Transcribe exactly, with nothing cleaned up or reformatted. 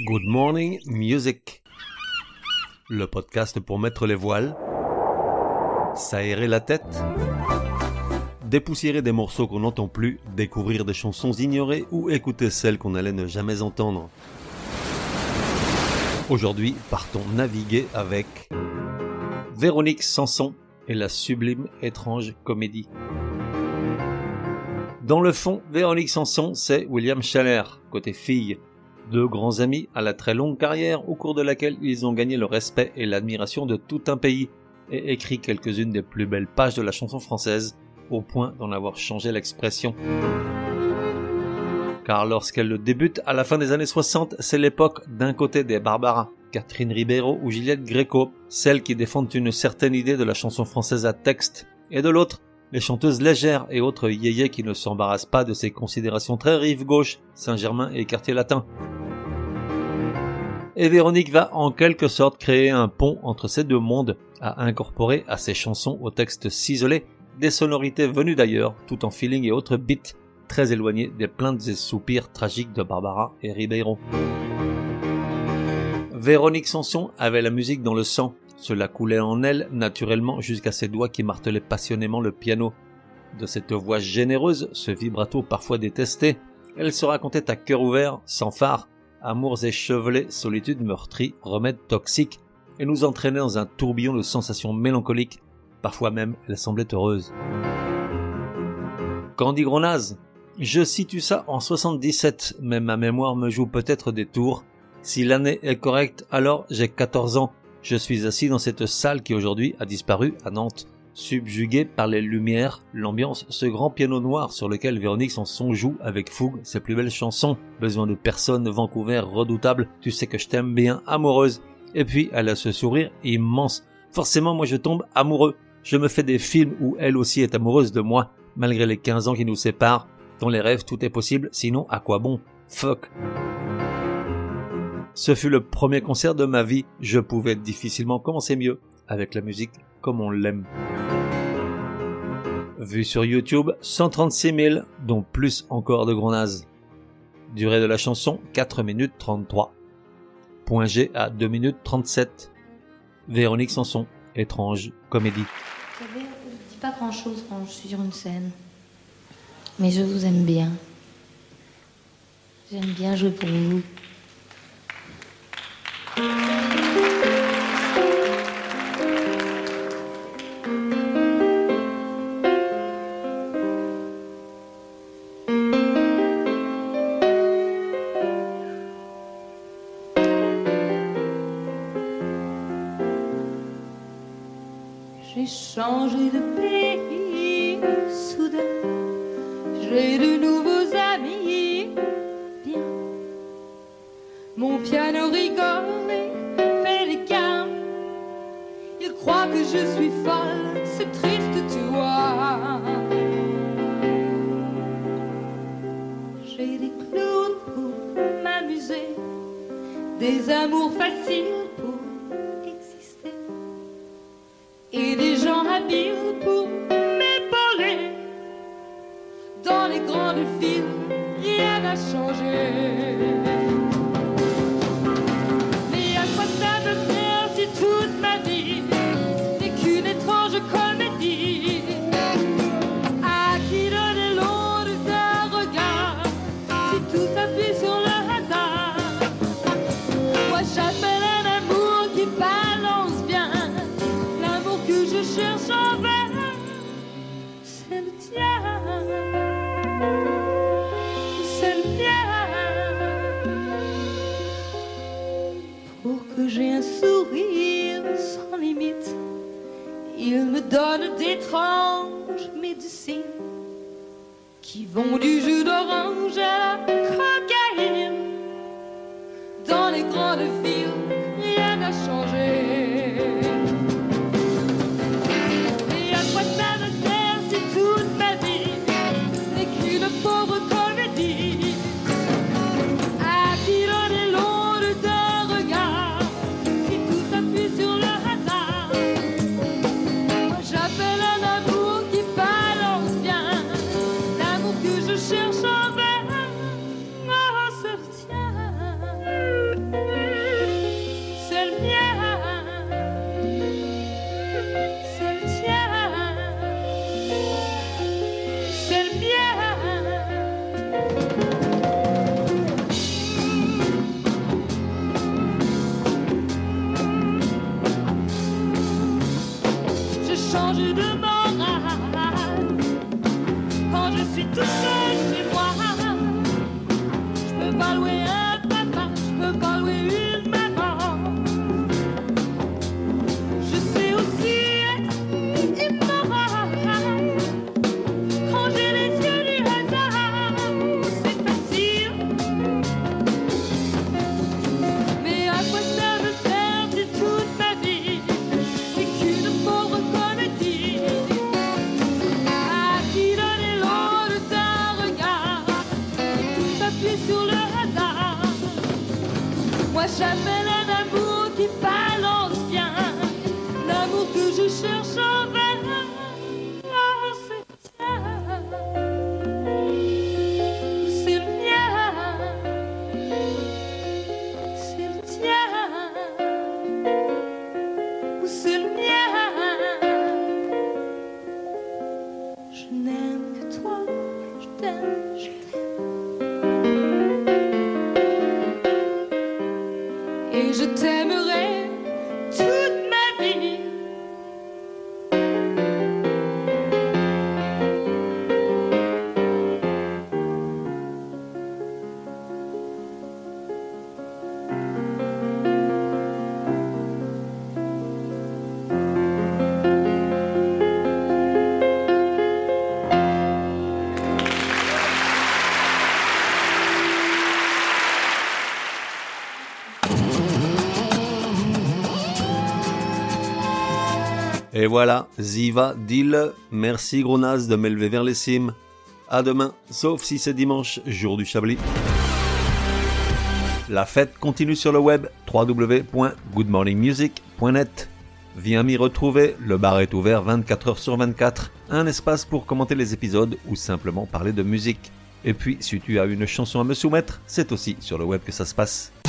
Good Morning Music, le podcast pour mettre les voiles, s'aérer la tête, dépoussiérer des morceaux qu'on n'entend plus, découvrir des chansons ignorées ou écouter celles qu'on allait ne jamais entendre. Aujourd'hui, partons naviguer avec Véronique Sanson et la sublime étrange comédie. Dans le fond, Véronique Sanson, c'est William Schaller, côté fille. Deux grands amis à la très longue carrière au cours de laquelle ils ont gagné le respect et l'admiration de tout un pays et écrit quelques-unes des plus belles pages de la chanson française, au point d'en avoir changé l'expression. Car lorsqu'elle le débute à la fin des années soixante, c'est l'époque d'un côté des Barbara, Catherine Ribeiro ou Juliette Gréco, celles qui défendent une certaine idée de la chanson française à texte, et de l'autre, les chanteuses légères et autres yéyés qui ne s'embarrassent pas de ces considérations très rive gauche, Saint-Germain et quartier latin. Et Véronique va en quelque sorte créer un pont entre ces deux mondes, à incorporer à ses chansons au texte ciselé des sonorités venues d'ailleurs, tout en feeling et autres beats très éloignés des plaintes et soupirs tragiques de Barbara et Ribeiro. Véronique Sanson avait la musique dans le sang. Cela coulait en elle naturellement jusqu'à ses doigts qui martelaient passionnément le piano. De cette voix généreuse, ce vibrato parfois détesté, elle se racontait à cœur ouvert, sans phare, amours échevelés, solitude meurtrie, remèdes toxiques, et nous entraînait dans un tourbillon de sensations mélancoliques. Parfois même, elle semblait heureuse. Candy Gronaz, je situe ça en soixante-dix-sept, mais ma mémoire me joue peut-être des tours. Si l'année est correcte, alors j'ai quatorze ans. Je suis assis dans cette salle qui aujourd'hui a disparu à Nantes, subjugué par les lumières, l'ambiance, ce grand piano noir sur lequel Véronique Sanson joue avec fougue ses plus belles chansons. Besoin de personne, Vancouver, redoutable, tu sais que je t'aime bien, amoureuse. Et puis elle a ce sourire immense. Forcément moi je tombe amoureux. Je me fais des films où elle aussi est amoureuse de moi, malgré les quinze ans qui nous séparent. Dans les rêves tout est possible, sinon à quoi bon? Fuck. Ce fut le premier concert de ma vie, je pouvais difficilement commencer mieux, avec la musique comme on l'aime. Vu sur YouTube, cent trente-six mille, dont plus encore de gros nazes. Durée de la chanson, quatre minutes trente-trois. Point G à deux minutes trente-sept. Véronique Sanson, étrange comédie. Vous savez, je dis pas grand chose quand je suis sur une scène. Mais je vous aime bien. J'aime bien jouer pour vous. J'ai changé de pays, soudain, j'ai de nouveaux amis, bien. Mon piano rigole et fait des câlins. Il croit que je suis folle, c'est triste, tu vois. J'ai des clowns pour m'amuser, des amours faciles pour exister, et des gens habiles pour m'épauler. Dans les grandes villes, rien n'a changé. Mais à quoi ça me sert si toute ma vie n'est qu'une étrange comédie? À qui donner l'onde d'un regard si tout s'appuie sur le hasard? Moi j'appelle un amour qui balance bien, l'amour que je cherche en vain, c'est le tien. C'est le mien. Pour que j'ai un sourire sans limite, il me donne d'étranges médecines qui vont du jus d'orange à la cocaïne. Dans les grandes villes, rien n'a changé. Et à quoi ça me sert si toute ma vie n'est qu'une pauvre comédie? À qui donner l'onde d'un regard si tout s'appuie sur le hasard? Moi j'appelle un amour qui balance bien, l'amour que je cherche en vain. Oh, c'est le tien. peux pas louer un papa, je peux pas louer une maman. Je sais aussi être immorale. Quand j'ai les yeux du hasard, c'est facile. Mais à quoi ça me sert si toute ma vie n'est qu'une pauvre comédie? À qui donner l'eau de ta regard? Tout s'appuie sur le hasard. Moi j'appelle un amour qui balance bien, l'amour que je cherche en vain. Oh, c'est le tien, c'est le mien, c'est le tien, ou c'est le mien. Je n'aime que toi, je t'aime, je t'aime. Et je t'aimerai toute ma vie. Et voilà, Ziva Dil, merci gros naze de m'élever vers les cimes. À demain, sauf si c'est dimanche, jour du Chablis. La fête continue sur le web, w w w point good morning music point net. Viens m'y retrouver, le bar est ouvert vingt-quatre heures sur vingt-quatre, un espace pour commenter les épisodes ou simplement parler de musique. Et puis, si tu as une chanson à me soumettre, c'est aussi sur le web que ça se passe.